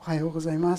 はようございます。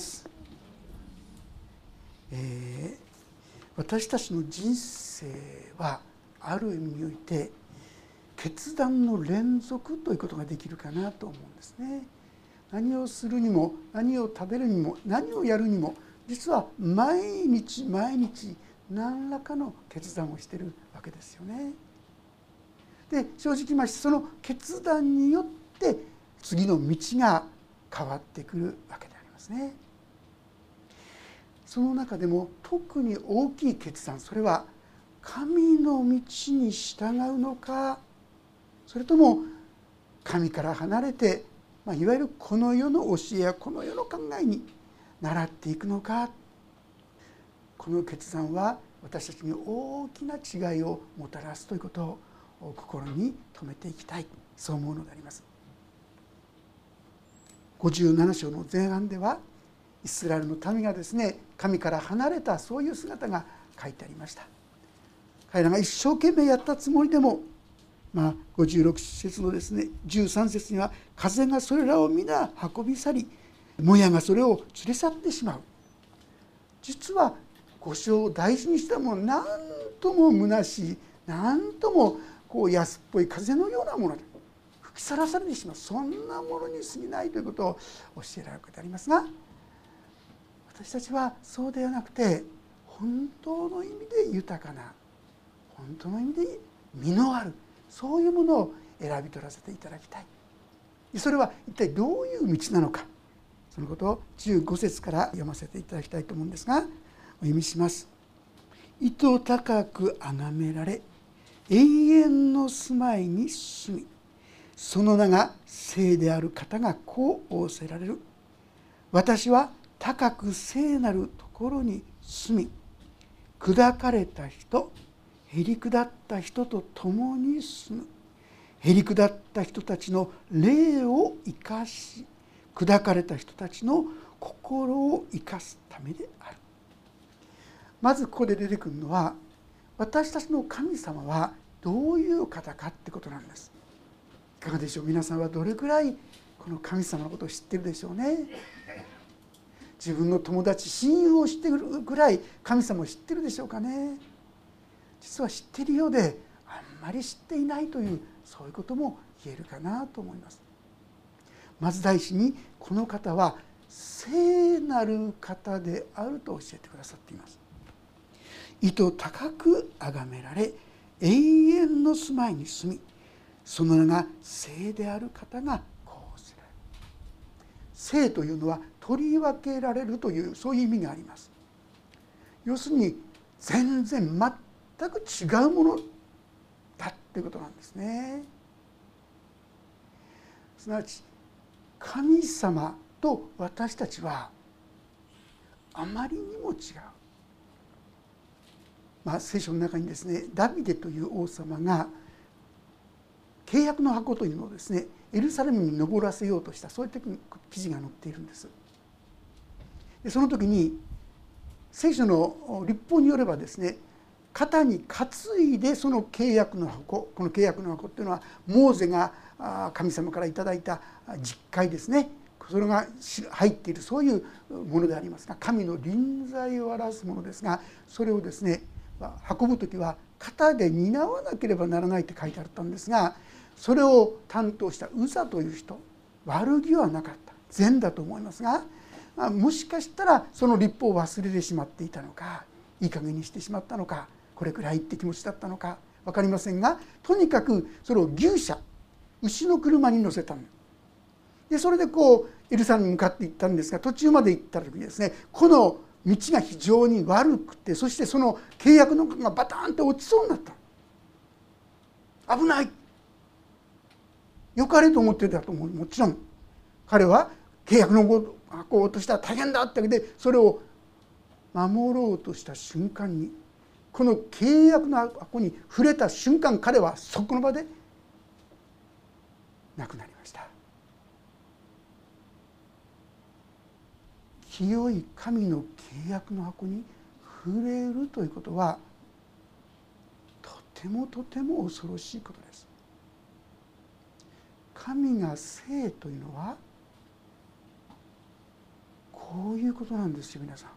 私たちの人生はある意味において決断の連続ということができるかなと思うんですね。何をするにも何を食べるにも何をやるにも実は毎日毎日何らかの決断をしているわけですよね。で、正直言いましてその決断によって次の道が変わってくるわけでありますね。その中でも特に大きい決断、それは神の道に従うのか、それとも神から離れて、いわゆるこの世の教えやこの世の考えに倣っていくのか。この決断は私たちに大きな違いをもたらすということを心に留めていきたい、そう思うのであります。57章の前半ではイスラエルの民がですね、神から離れたそういう姿が書いてありました。彼らが一生懸命やったつもりでも、56節のですね13節には風がそれらを皆運び去り、もやがそれを連れ去ってしまう。実は五章を大事にしたもの、なんとも虚しい、なんとも安っぽい風のようなもので吹きさらされてしまう、そんなものに過ぎないということを教えられるわけでありますが、私たちはそうではなくて本当の意味で豊かな、本当の意味で実のある、そういうものを選び取らせていただきたい。それは一体どういう道なのか、そのことを15節から読ませていただきたいと思うんですが、お読みします。意図高く崇められ永遠の住まいに住み、その名が聖である方がこう仰せられる。私は高く聖なるところに住み、砕かれた人、へり下った人と共に住む。へり下った人たちの霊を生かし、砕かれた人たちの心を生かすためである。まずここで出てくるのは、私たちの神様はどういう方かってことなんです。いかがでしょう。皆さんはどれくらいこの神様のことを知っているでしょうね。自分の友達、親友を知っているぐらい神様を知っているでしょうかね。実は知っているようであんまり知っていないという、そういうことも言えるかなと思います。まず第一に、この方は聖なる方であると教えてくださっています。意図高く崇められ永遠の住まいに住み、その名が聖である方がこうせられる。聖というのは取り分けられるという、そういう意味があります。要するに全然全く違うものだっていうことなんですね。すなわち神様と私たちはあまりにも違う。聖書の中にですね、ダビデという王様が契約の箱というのをですね、エルサレムに登らせようとした、そういった記事が載っているんです。でその時に聖書の律法によればですね、肩に担いでその契約の箱、この契約の箱っていうのはモーゼが神様からいただいた十戒ですね、それが入っている、そういうものでありますが、神の臨在を表すものですが、それをですね運ぶ時は肩で担わなければならないって書いてあったんですが、それを担当したウザという人、悪気はなかった、善だと思いますが、もしかしたらその律法を忘れてしまっていたのか、いい加減にしてしまったのか、これくらいって気持ちだったのか分かりませんが、とにかくそれを牛車、牛の車に乗せたんで、それでエルサレムに向かって行ったんですが、途中まで行った時にですね、この道が非常に悪くて、そしてその契約のがバターンと落ちそうになった。危ない、よかれと思ってたと思う。もちろん彼は契約の箱を落としたら大変だってわけで、それを守ろうとした瞬間に、この契約の箱に触れた瞬間、彼はそこの場で亡くなりました。清い神の契約の箱に触れるということは、とてもとても恐ろしいことです。神が聖というのは、 こういうことなんですよ皆さん。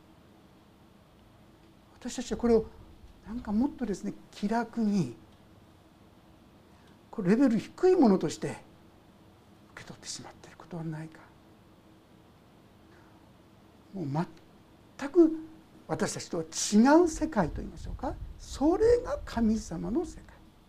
私たちはこれをなんかもっとですね気楽にこれレベル低いものとして受け取ってしまっていることはないか。もう全く私たちとは違う世界といいましょうか、それが神様の世界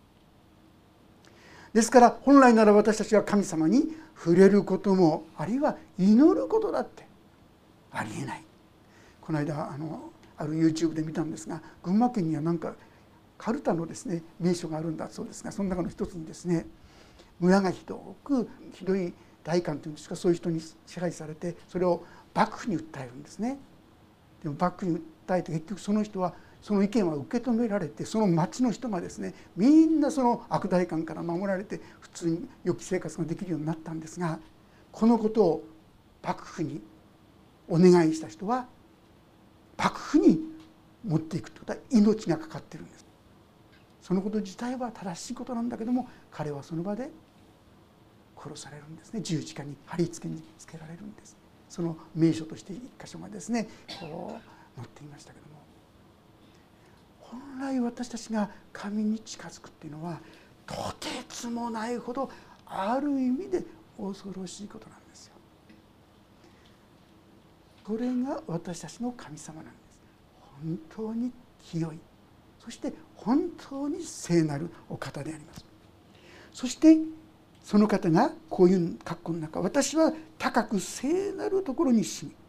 ですから、本来なら私たちは神様に触れることもあるいは祈ることだってありえない。この間ある YouTube で見たんですが、群馬県にはなんかカルタのですね名所があるんだそうですが、その中の一つにですね、村がひどい代官というんですか、そういう人に支配されて、それを幕府に訴えるんですね。でも幕府に訴えて結局その人はその意見は受け止められて、その町の人がですねみんなその悪代官から守られて普通に良き生活ができるようになったんですが、このことを幕府にお願いした人は幕府に持っていくということは命がかかっているんです。そのこと自体は正しいことなんだけども、彼はその場で殺されるんですね。十字架に貼り付けにつけられるんです。その名所として一箇所がですねこう載っていましたけども、本来私たちが神に近づくっていうのはとてつもないほどある意味で恐ろしいことなんですよ。それが私たちの神様なんです。本当に清い、そして本当に聖なるお方であります。そしてその方がこういう括弧の中、私は高く聖なるところに住み、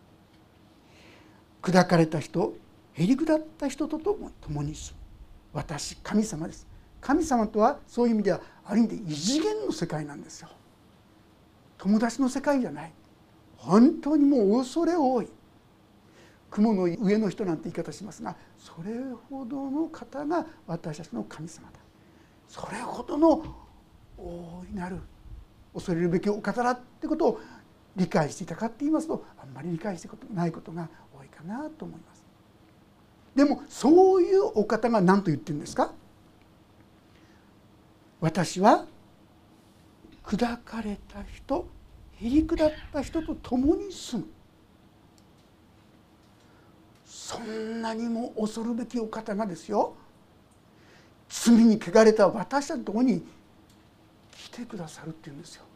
砕かれた人、へりくだった人と共に住む。私神様です。神様とはそういう意味ではある意味で異次元の世界なんですよ。友達の世界じゃない。本当にもう恐れ多い、雲の上の人なんて言い方しますが、それほどの方が私たちの神様だ。それほどの大いなる恐れるべきお方だってことを理解していたかって言いますと、あんまり理解してないことが多いかなと思います。でもそういうお方が何と言ってるんですか。私は砕かれた人、へりくだった人と共に住む。そんなにも恐るべきお方がですよ、罪に汚れた私たちのところに来てくださるっていうんですよ。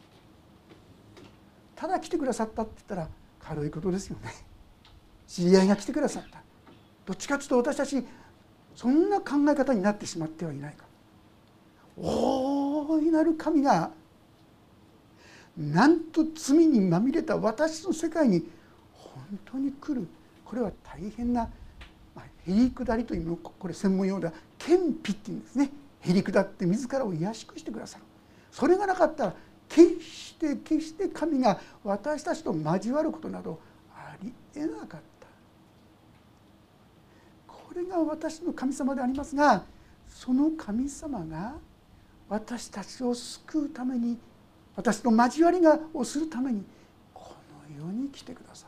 ただ来てくださったって言ったら軽いことですよね。知り合いが来てくださった。どっちかというと私たちそんな考え方になってしまってはいないか。大いなる神がなんと罪にまみれた私の世界に本当に来る。これは大変なへりくだりというのを、これ専門用では謙卑っていうんですね。へりくだって自らを卑しくしてくださる。それがなかったら決して神が私たちと交わることなどありえなかった。これが私の神様でありますが、その神様が私たちを救うために、私と交わりをするためにこの世に来てくださった。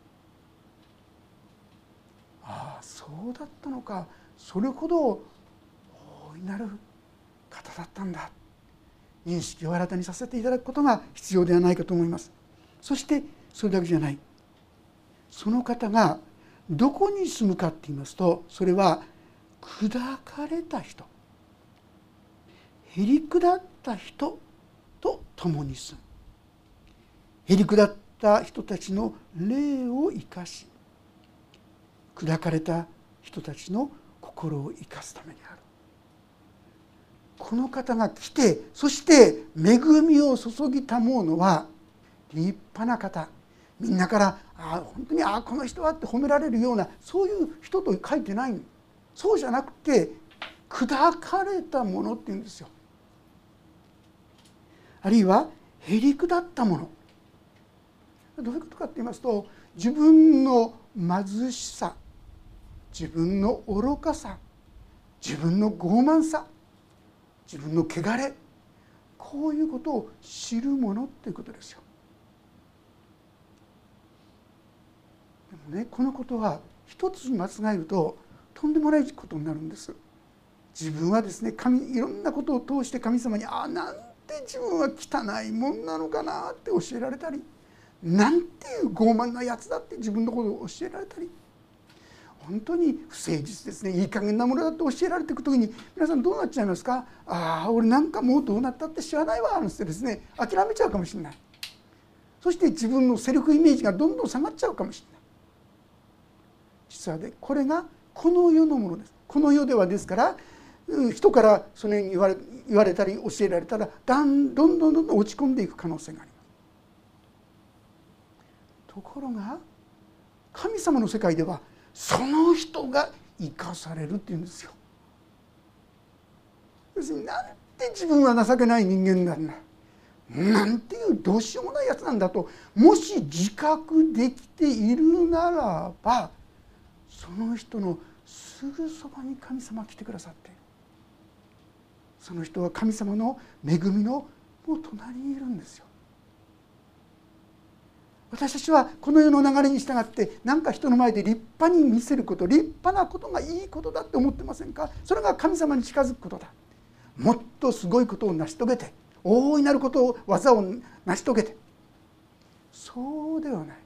ああ、そうだったのか、それほど大いなる方だったんだ、認識を新たにさせていただくことが必要ではないかと思います。そしてそれだけじゃない、その方がどこに住むかって言いますと、それは砕かれた人、へりくだった人と共に住む。へりくだった人たちの霊を生かし、砕かれた人たちの心を生かすためにある。この方が来て、そして恵みを注ぎたもうのは立派な方、みんなから本当にこの人はって褒められるようなそういう人と書いてない。そうじゃなくて砕かれたものっていうんですよ。あるいはへりくだったもの。どういうことかって言いますと、自分の貧しさ、自分の愚かさ、自分の傲慢さ、自分の汚れ、こういうことを知るものっていうことですよ。でもね、このことは一つ間違えるととんでもないことになるんです。自分はですね、いろんなことを通して神様になんて自分は汚いもんなのかなって教えられたり、 なんていう傲慢なやつだって自分のことを教えられたり、本当に不誠実ですね、いい加減なものだって教えられていく時に、皆さんどうなっちゃいますか？ああ、俺なんかもうどうなったって知らないわなんてですね、諦めちゃうかもしれない。そして自分のセルフイメージがどんどん下がっちゃうかもしれない。実はこれがこの世のものです。この世ではですから、人からそのように言われたり教えられたらどんどん落ち込んでいく可能性があります。ところが神様の世界ではその人が生かされるっていうんですよ。要するに、なんて自分は情けない人間なんだ、なんていうどうしようもないやつなんだと、もし自覚できているならば、その人のすぐそばに神様が来てくださって、その人は神様の恵みのもう隣にいるんですよ。私たちはこの世の流れに従って何か人の前で立派に見せること、立派なことがいいことだって思ってませんか？それが神様に近づくことだ。もっとすごいことを成し遂げて、大いなることを技を成し遂げて、そうではない。へ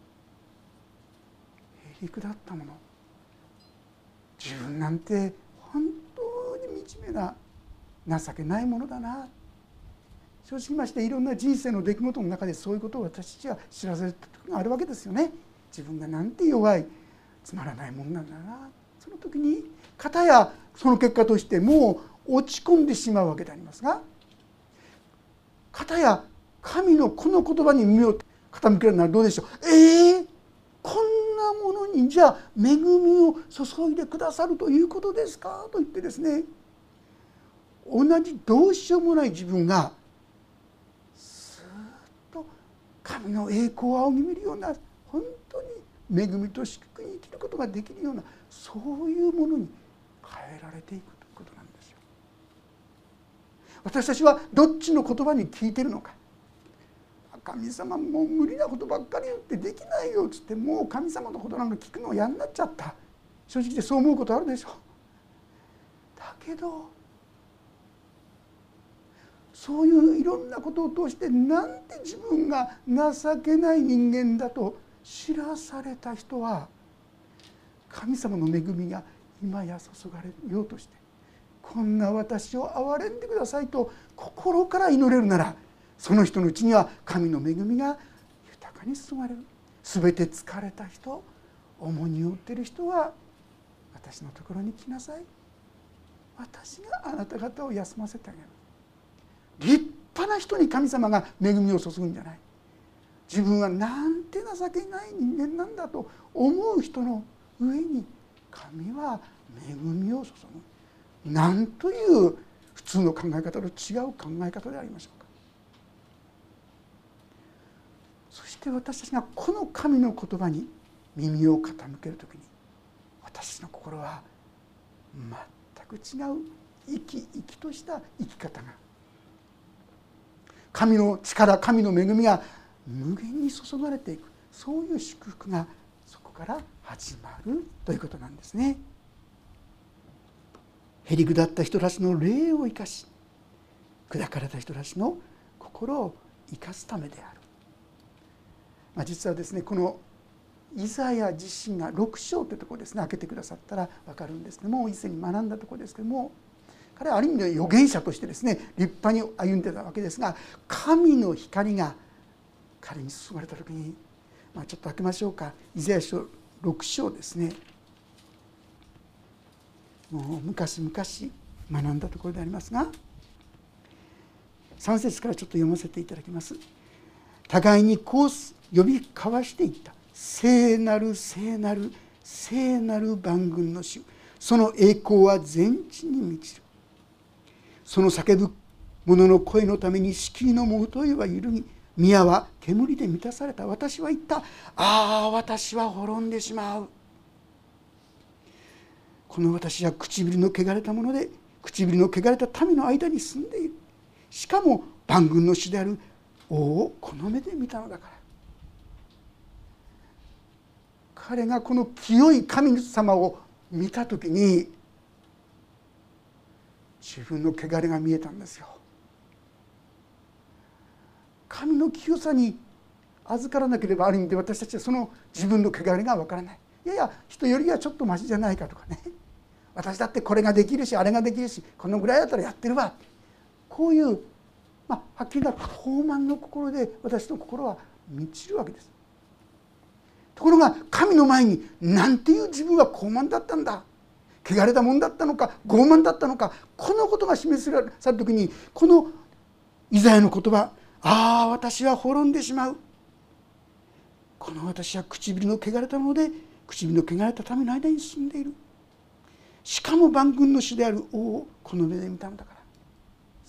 りくだったもの、自分なんて本当に惨めな情けないものだな。正直ましていろんな人生の出来事の中でそういうことを私たちは知らされた時があるわけですよね。自分がなんて弱いつまらないもんなんだな。その時に片やその結果としてもう落ち込んでしまうわけでありますが、片や神のこの言葉に耳を傾けるならどうでしょう。こんなものにじゃあ恵みを注いでくださるということですかと言ってですね、同じどうしようもない自分がスーッと神の栄光を仰ぎ見るような、本当に恵みと祝福に生きることができるような、そういうものに変えられていくということなんですよ。私たちはどっちの言葉に聞いているのか。神様もう無理なことばっかり言ってできないよっつって、もう神様のことなんか聞くのは嫌になっちゃった、正直でそう思うことあるでしょう。だけどそういういろんなことを通して、なんて自分が情けない人間だと知らされた人は、神様の恵みが今や注がれようとして、こんな私を憐れんでくださいと心から祈れるなら、その人のうちには神の恵みが豊かに注がれる。すべて疲れた人、重荷を負っている人は私のところに来なさい。私があなた方を休ませてあげる。立派な人に神様が恵みを注ぐんじゃない。自分はなんて情けない人間なんだと思う人の上に神は恵みを注ぐ。なんという普通の考え方と違う考え方でありましょうか。そして私たちがこの神の言葉に耳を傾けるときに、私たちの心は全く違う生き生きとした生き方が、神の力、神の恵みが無限に注がれていく、そういう祝福がそこから始まるということなんですね。へりくだった人たちの霊を生かし、砕かれた人たちの心を生かすためである。実はですね、このイザヤ自身が6章というところですね、開けてくださったら分かるんですけども、以前に学んだところですけども、彼はある意味で預言者としてですね、立派に歩んでたわけですが、神の光が彼に注がれた時に、ちょっと開けましょうか。イザヤ書6章ですね。もう昔々学んだところでありますが、3節からちょっと読ませていただきます。互いにこう呼び交わしていった。聖なる聖なる聖なる万軍の主、その栄光は全地に満ちる。その叫ぶ者の声のために敷居のもといは揺るぎ、宮は煙で満たされた。私は言った。ああ、私は滅んでしまう。この私は唇の汚れたもので、唇の汚れた民の間に住んでいる。しかも万軍の主である王をこの目で見たのだから。彼がこの清い神様を見たときに、自分の汚れが見えたんですよ。神の清さに預からなければある意味で私たちはその自分の汚れがわからない。いやいや人よりはちょっとマシじゃないかとかね、私だってこれができるしあれができるしこのぐらいだったらやってるわ、こういう、はっきり言った傲慢の心で私の心は満ちるわけです。ところが神の前になんていう自分は傲慢だったんだ、汚れたもんだったのか傲慢だったのか、このことが示された時にこのイザヤの言葉、ああ私は滅んでしまう、この私は唇の汚れたもので唇の汚れた民の間に住んでいる、しかも万軍の主である王をこの目で見たのだから、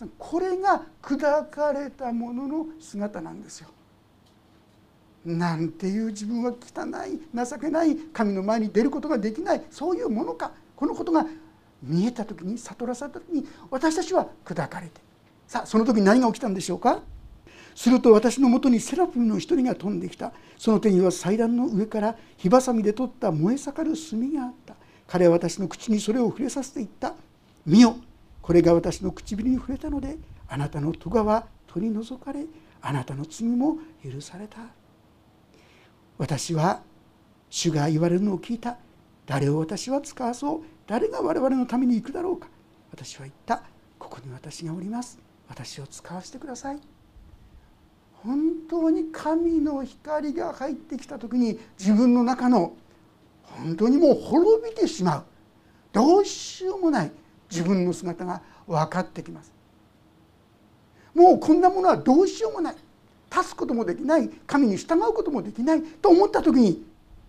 これが砕かれたものの姿なんですよ。なんていう自分は汚い情けない神の前に出ることができない、そういうものか、このことが見えた時に悟らされた時に私たちは砕かれて、さあその時何が起きたんでしょうか。すると私のもとにセラフィムの一人が飛んできた。その手には祭壇の上から火ばさみで取った燃え盛る炭があった。彼は私の口にそれを触れさせていった。見よ、これが私の唇に触れたので、あなたの咎は取り除かれ、あなたの罪も許された。私は主が言われるのを聞いた。誰を私は使わそう、誰が我々のために行くだろうか。私は言った。ここに私がおります。私を使わせてください。本当に神の光が入ってきた時に自分の中の本当にもう滅びてしまう、どうしようもない自分の姿が分かってきます。もうこんなものはどうしようもない、助すこともできない、神に従うこともできないと思った時に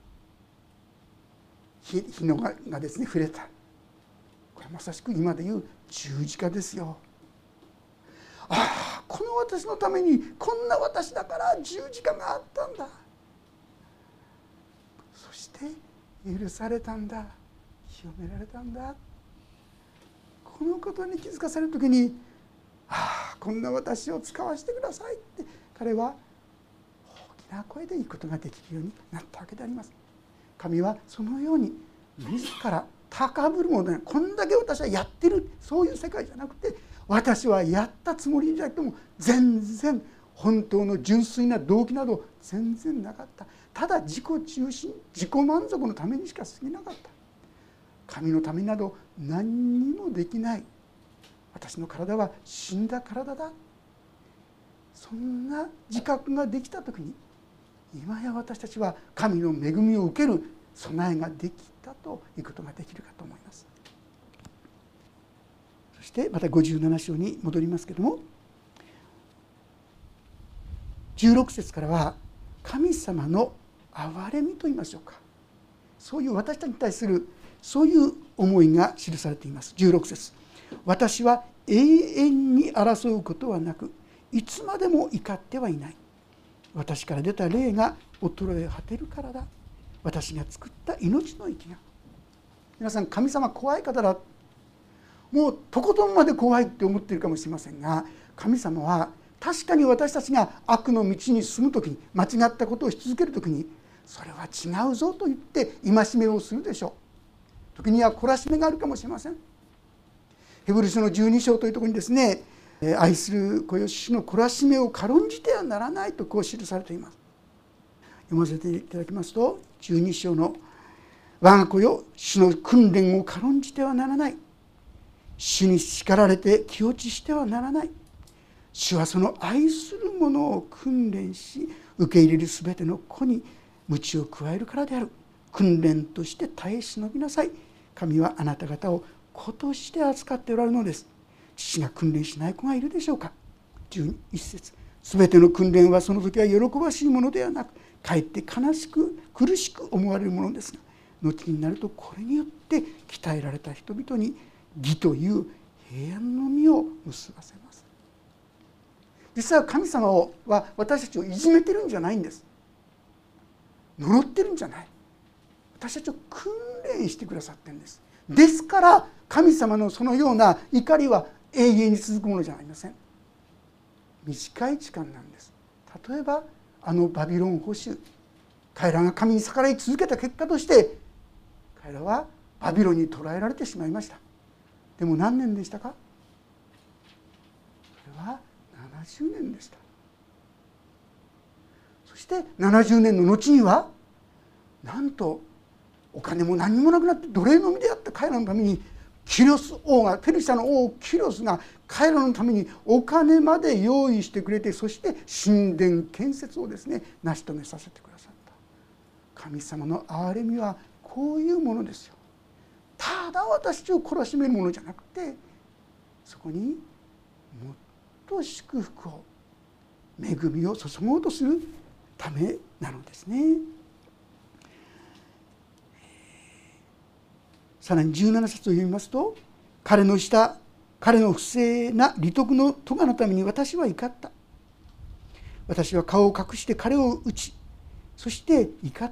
火のがですね触れた。これまさしく今でいう十字架ですよ。ああ、この私のためにこんな私だから十字架があったんだ、そして許されたんだ、清められたんだ、このことに気づかされる時に、ああこんな私を使わせてくださいって彼は大きな声で言うことができるようになったわけであります。神はそのように自ら高ぶるものでない、こんだけ私はやってる、そういう世界じゃなくて、私はやったつもりじゃなくても全然本当の純粋な動機など全然なかった。ただ自己中心、自己満足のためにしか過ぎなかった。神のためなど何にもできない、私の体は死んだ体だ、そんな自覚ができた時に、今や私たちは神の恵みを受ける備えができたということができるかと思います。そしてまた57章に戻りますけれども、16節からは神様の憐れみといいましょうか、そういう私たちに対するそういう思いが記されています。16節、私は永遠に争うことはなく、いつまでも怒ってはいない。私から出た霊が衰え果てるからだ。私が作った命の息が。皆さん、神様怖い方だ、もうとことんまで怖いって思っているかもしれませんが、神様は確かに私たちが悪の道に進む時に、間違ったことをし続ける時に、それは違うぞと言って戒めをするでしょう。時には懲らしめがあるかもしれません。ヘブル書の12章というところにですね、愛する子よ、主の懲らしめを軽んじてはならないとこう記されています。読ませていただきますと、12章の我が子よ、主の訓練を軽んじてはならない。主に叱られて気落ちしてはならない。主はその愛する者を訓練し、受け入れるすべての子に鞭を加えるからである。訓練として耐え忍びなさい。神はあなた方を子として扱っておられるのです。父が訓練しない子がいるでしょうか。11節、すべての訓練はその時は喜ばしいものではなく、かえって悲しく苦しく思われるものですが、後になるとこれによって鍛えられた人々に義という平安の実を結ばせます。実は神様は私たちをいじめてるんじゃないんです。呪ってるんじゃない。私たちを訓練してくださってるんです。ですから神様のそのような怒りは永遠に続くものじゃありません。短い時間なんです。例えばバビロン捕囚、彼らが神に逆らい続けた結果として彼らはバビロンに捕らえられてしまいました。でも何年でしたか。それは70年でした。 そして70年の後にはなんとお金も何もなくなって奴隷の身であった彼らのためにキリス王がペルシャの王キリスが彼らのためにお金まで用意してくれて、そして神殿建設をですね成し遂げさせてくださった。神様の憐れみはこういうものですよ。ただ私を懲らしめるものじゃなくて、そこにもっと祝福を恵みを注ごうとするためなのですね。さらに17節を読みますと、彼の不正な利得の咎のために私は怒った。私は顔を隠して彼を打ち、そして怒った。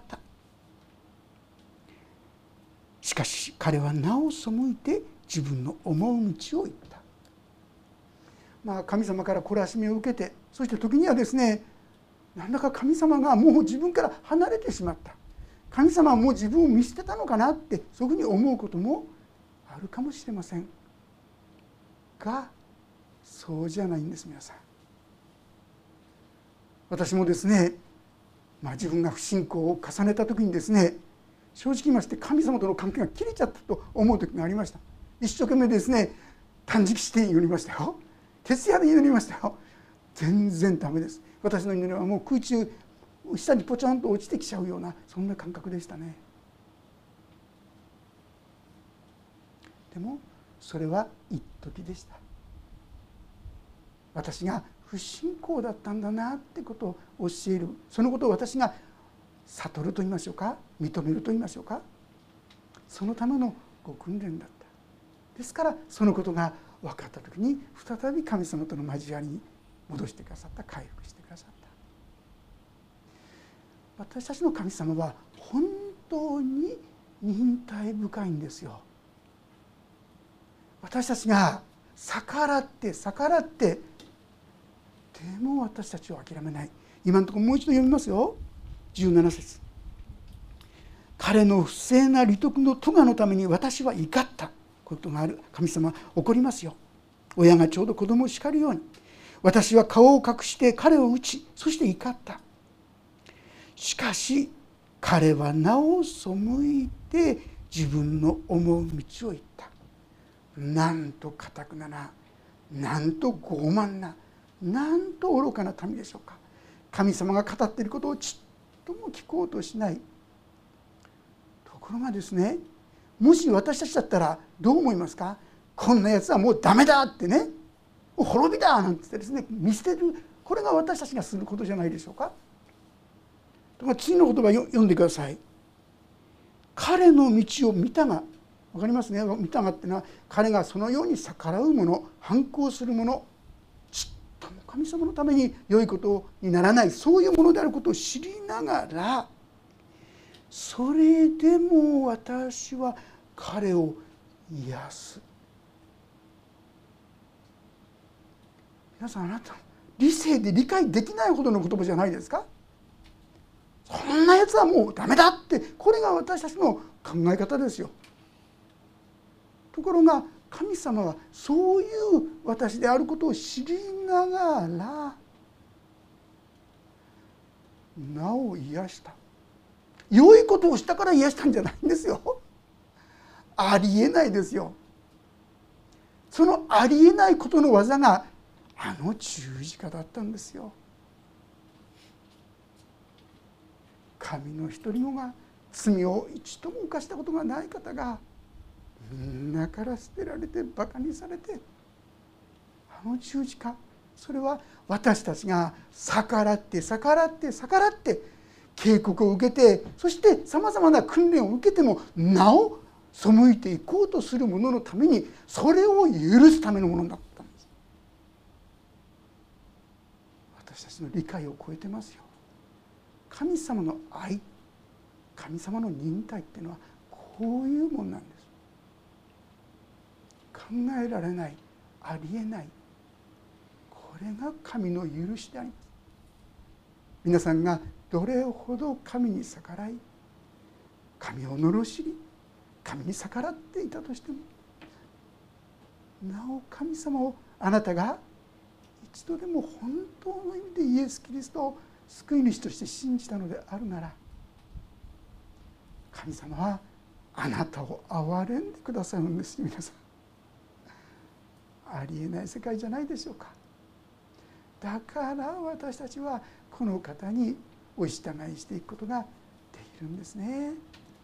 しかし彼はなお背いて自分の思う道を行った。神様から懲らしめを受けて、そして時にはですね、なんだか神様がもう自分から離れてしまった、神様はもう自分を見捨てたのかなって、そういうふうに思うこともあるかもしれませんが、そうじゃないんです。皆さん、私もですね、自分が不信仰を重ねた時にですね、正直言いまして神様との関係が切れちゃったと思う時がありました。一生懸命ですね断食して祈りましたよ。徹夜で祈りましたよ。全然ダメです。私の祈りはもう空中下にポチョンと落ちてきちゃうような、そんな感覚でしたね。でもそれは一時でした。私が不信仰だったんだなってことを教える、そのことを私が悟ると言いましょうか、認めると言いましょうか、そのためのご訓練だった。ですからそのことが分かった時に再び神様との交わりに戻してくださった、回復してくださった。私たちの神様は本当に忍耐深いんですよ。私たちが逆らってでも私たちを諦めない。今のところもう一度読みますよ。17節、彼の不正な利得の咎のために私は怒った。こういうことがある。神様怒りますよ。親がちょうど子供を叱るように、私は顔を隠して彼を打ち、そして怒った。しかし彼はなお背いて自分の思う道を行った。なんと堅くなな、なんと傲慢な、なんと愚かな民でしょうか。神様が語っていることをちっとも聞こうとしない。ところがですね、もし私たちだったらどう思いますか。こんなやつはもうダメだってね、もう滅びだなんて言ってですね、見捨てる。これが私たちがすることじゃないでしょうか。次の言葉を読んでください。彼の道を見たが、分かりますね。見たがっていうのは、彼がそのように逆らうもの、反抗するもの、ちっとも神様のために良いことにならない、そういうものであることを知りながら、それでも私は彼を癒す。皆さん、あなた理性で理解できないほどの言葉じゃないですか。そんなやつはもうダメだって、これが私たちの考え方ですよ。ところが神様はそういう私であることを知りながらなお癒した。良いことをしたから癒したんじゃないんですよ。ありえないですよ。そのありえないことの技があの十字架だったんですよ。神の一人子が、罪を一度も犯したことがない方がみんなから捨てられてバカにされて、あの十字架、それは私たちが逆らって警告を受けて、そしてさまざまな訓練を受けてもなお背いていこうとする者のために、それを許すためのものだったんです。私たちの理解を超えてますよ。神様の愛、神様の忍耐っていうのはこういうものなんです。考えられない、ありえない、これが神の許しであります。皆さんがどれほど神に逆らい、神を罵り、神に逆らっていたとしても、なお神様をあなたが一度でも本当の意味でイエス・キリストを救い主として信じたのであるなら、神様はあなたを憐れんでくださるんです。皆さん、ありえない世界じゃないでしょうか。だから私たちはこの方にお従いしていくことができるんですね。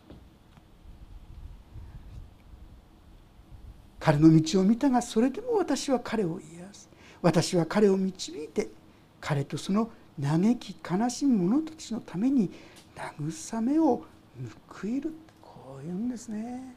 彼の道を見たが、それでも私は彼を癒す。私は彼を導いて、彼とその嘆き悲しむ者たちのために慰めを報いる。こういうんですね。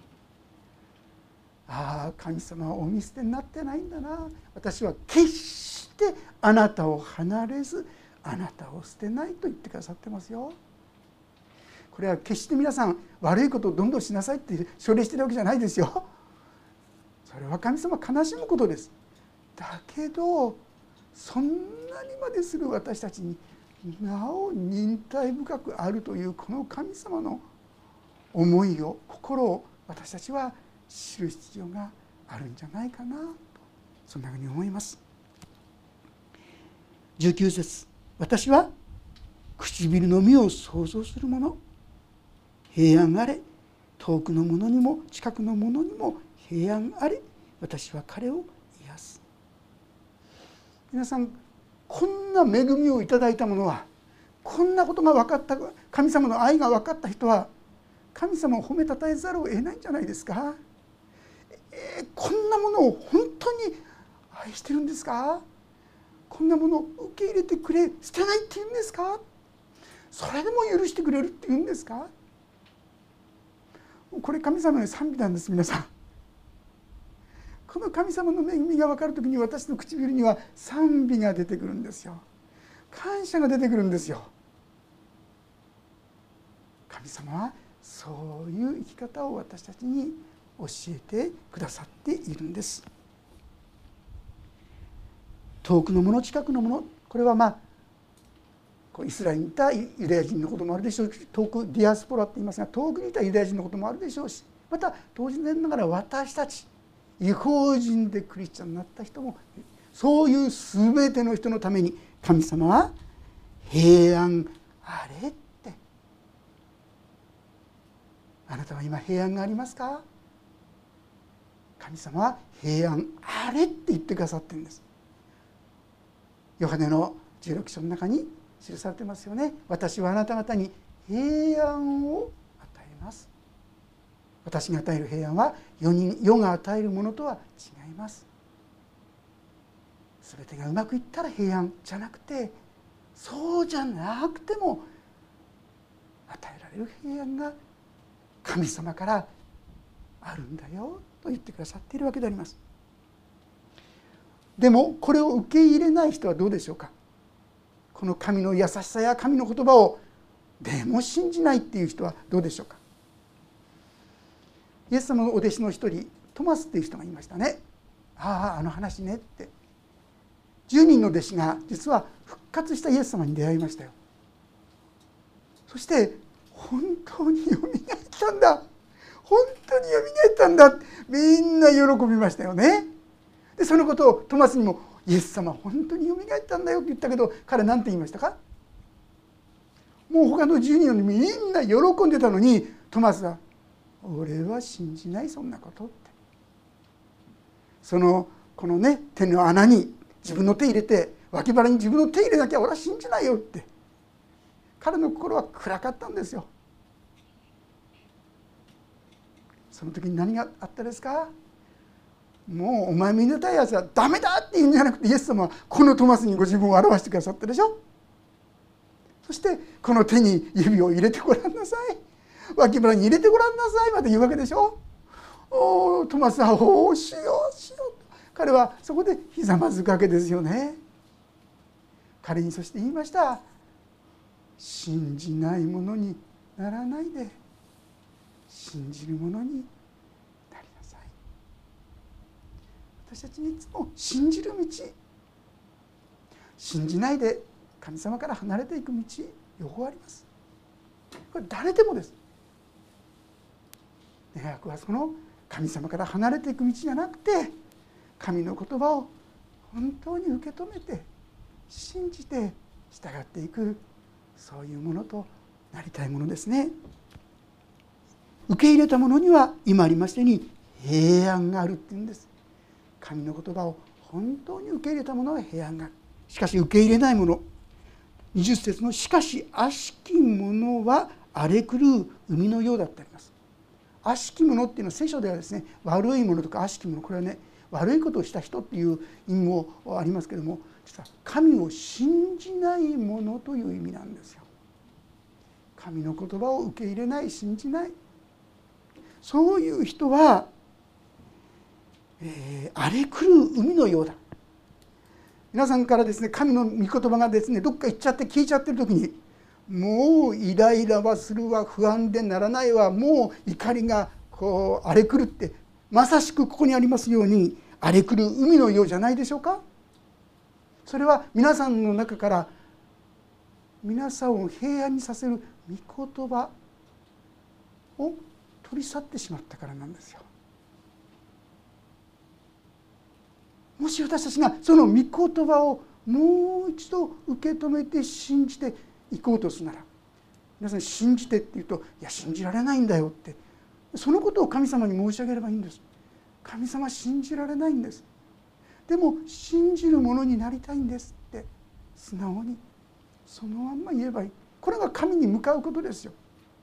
ああ、神様はお見捨てになってないんだな。私は決してあなたを離れず、あなたを捨てないと言ってくださってますよ。これは決して皆さん悪いことをどんどんしなさいって奨励してるわけじゃないですよ。それは神様悲しむことです。だけどそんなにまでする私たちになお忍耐深くあるというこの神様の思いを、心を私たちは知る必要があるんじゃないかなと、そんなふうに思います。19節、私は唇の実を想像する者、平安あれ、遠くの者にも近くの者にも平安あれ、私は彼を癒す。皆さん、こんな恵みをいただいた者は、こんなことが分かった、神様の愛が分かった人は神様を褒めたたえざるを得ないんじゃないですか。こんなものを本当に愛してるんですか。こんなものを受け入れてくれ、捨てないって言うんですか。それでも許してくれるって言うんですか。これ神様の賛美なんです。皆さん、この神様の恵みが分かるときに、私の唇には賛美が出てくるんですよ。感謝が出てくるんですよ。神様はそういう生き方を私たちに教えてくださっているんです。遠くのもの、近くのもの、これはイスラエルにいたユダヤ人のこともあるでしょうし、遠くディアスポラって言いますが、遠くにいたユダヤ人のこともあるでしょうし、また当然ながら私たち異邦人でクリスチャンになった人も、そういう全ての人のために神様は平安あれって。あなたは今平安がありますか。神様は平安あれって言ってくださってるんです。ヨハネの16章の中に記されてますよね。私はあなた方に平安を与えます。私が与える平安は世が与えるものとは違います。全てがうまくいったら平安じゃなくて、そうじゃなくても与えられる平安が神様からあるんだよと言ってくださっているわけであります。でもこれを受け入れない人はどうでしょうか。この神の優しさや神の言葉をでも信じないっていう人はどうでしょうか。イエス様のお弟子の一人トマスっていう人がいましたね。あの話ねって。10人の弟子が実は復活したイエス様に出会いましたよ。そして本当によみがえったんだ、本当によみがえったんだ、みんな喜びましたよね。でそのことをトマスにも、イエス様本当によみがえったんだよって言ったけど、彼何て言いましたか。もう他の10人にみんな喜んでたのに、トマスは俺は信じない、そんなことって。このね、手の穴に自分の手入れて、脇腹に自分の手入れなきゃ俺は信じないよって、彼の心は暗かったんですよ。その時に何があったですか。もうお前見抜たいやつはダメだって言うんじゃなくて、イエス様はこのトマスにご自分を表してくださったでしょ。そしてこの手に指を入れてごらんなさい、脇腹に入れてごらんなさいまで言うわけでしょ。トマスはおおしようしようと、彼はそこでひざまずくわけですよね。彼にそして言いました。信じないものにならないで、信じるものになりなさい。私たちにいつも信じる道、信じないで神様から離れていく道、両方あります。これ誰でもです。願わくはその神様から離れていく道じゃなくて、神の言葉を本当に受け止めて信じて従っていく、そういうものとなりたいものですね。受け入れたものには今ありましたように平安があるっていうんです。神の言葉を本当に受け入れたものは平安がある。しかし受け入れないもの、20節のしかし悪しき者は荒れ狂う海のようだってあります。悪しき者っていうのは聖書ではですね、悪いものとか悪しき者、これはね悪いことをした人っていう意味もありますけれども、実は神を信じない者という意味なんですよ。神の言葉を受け入れない、信じない、そういう人は、荒れ狂う海のようだ。皆さんからですね、神の御言葉がですねどっか行っちゃって聞いちゃってる時に、もうイライラはするわ、不安でならないわ、もう怒りがこう荒れ狂って、まさしくここにありますように荒れ狂う海のようじゃないでしょうか。それは皆さんの中から皆さんを平安にさせる御言葉を取り去ってしまったからなんですよ。もし私たちがその御言葉をもう一度受け止めて信じていこうとするなら、皆さん信じてって言うと、いや信じられないんだよって、そのことを神様に申し上げればいいんです。神様信じられないんです。でも信じるものになりたいんですって素直にそのまんま言えばいい。これが神に向かうことですよ。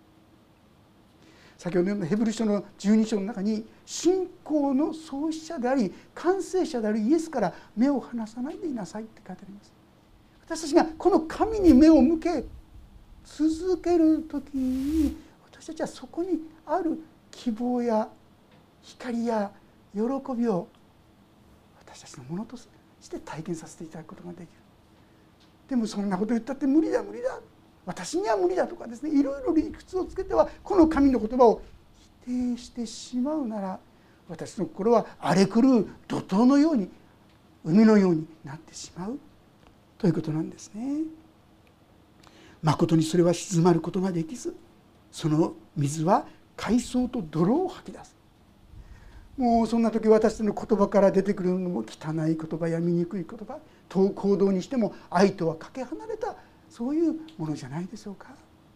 先ほどのヘブル書の12章の中に、信仰の創始者であり完成者であるイエスから目を離さないでいなさいって書いてあります。私たちがこの神に目を向け続ける時に、私たちはそこにある希望や光や喜びを私たちのものとして体験させていただくことができる。でもそんなこと言ったって無理だ無理だ、私には無理だとかですね、いろいろ理屈をつけてはこの神の言葉を否定してしまうなら、私の心は荒れ狂う怒涛のように、海のようになってしまうということなんですね。まことにそれは静まることができず、その水は海藻と泥を吐き出す。もうそんな時、私の言葉から出てくるのも汚い言葉や醜い言葉、行動にしても愛とはかけ離れた、そういうものじゃないでしょうか。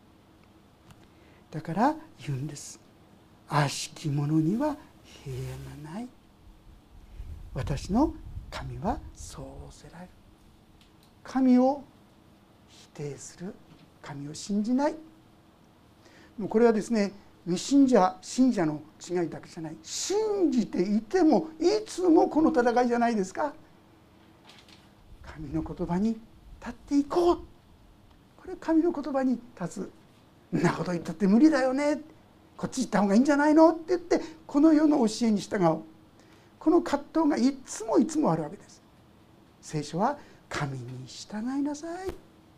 だから言うんです。悪しき者には平安がない。私の神はそうおせられる。神を否定する、神を信じない。もうこれはですね、未信者信者の違いだけじゃない、信じていてもいつもこの戦いじゃないですか。神の言葉に立っていこう、これ神の言葉に立つ。そんなこと言ったって無理だよね、こっち行った方がいいんじゃないのって言ってこの世の教えに従う、この葛藤がいつもいつもあるわけです。聖書は神に従いなさい、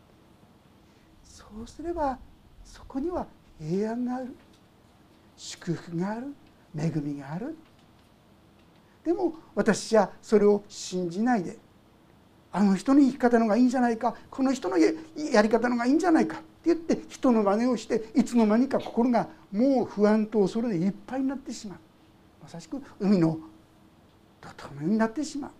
そうすればそこには平安がある、祝福がある、恵みがある。でも私はそれを信じないで、あの人の生き方の方がいいんじゃないか、この人のやり方の方がいいんじゃないかって言って人の真似をして、いつの間にか心がもう不安と恐れでいっぱいになってしまう。まさしく海の怒涛のようになってしまう。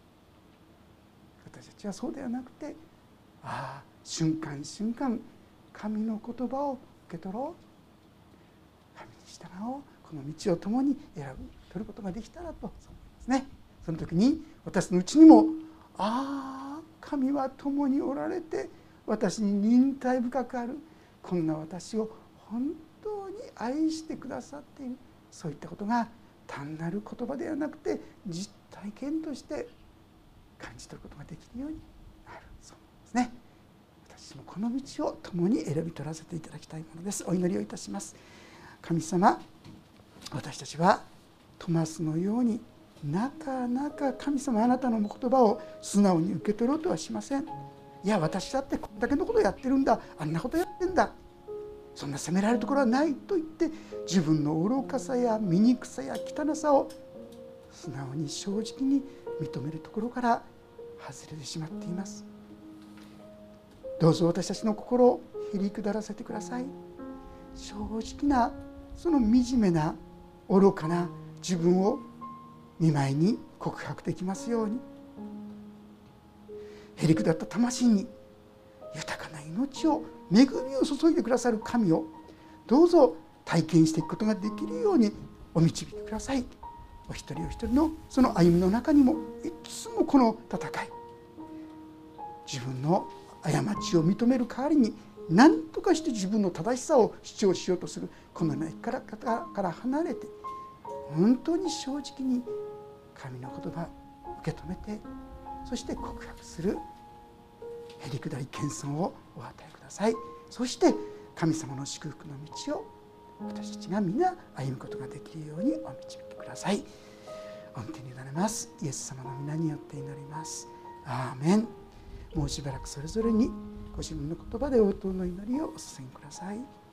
私たちはそうではなくて、瞬間瞬間神の言葉を受け取ろう、神に従おう、この道を共に取ることができたらと、そう思いますね。その時に私のうちにも、神は共におられて私に忍耐深くある、こんな私を本当に愛してくださっている、そういったことが単なる言葉ではなくて実体験として感じ取ることができるようになる、そうですね。私もこの道を共に選び取らせていただきたいものです。お祈りをいたします。神様、私たちはトマスのようになかなか神様あなたの言葉を素直に受け取ろうとはしません。いや私だってこんだけのことやってるんだ、あんなことやってんだ、そんな責められるところはないと言って自分の愚かさや醜さや汚さを素直に正直に認めるところから外れてしまっています。どうぞ私たちの心をへり下らせてください。正直なその惨めな愚かな自分を御前に告白できますように、へりくだった魂に豊かな命を恵みを注いでくださる神をどうぞ体験していくことができるようにお導きください。お一人お一人のその歩みの中にもいつもこの戦い、自分の過ちを認める代わりに何とかして自分の正しさを主張しようとするこのような生き方から離れて、本当に正直に神の言葉を受け止めて、そして告白するへりくだり謙遜をお与えください。そして神様の祝福の道を私たちが皆歩むことができるようにお導きください。御手に委ねます。イエス様の皆によって祈ります。アーメン。もうしばらくそれぞれにご自分の言葉で応答の祈りをお捧げください。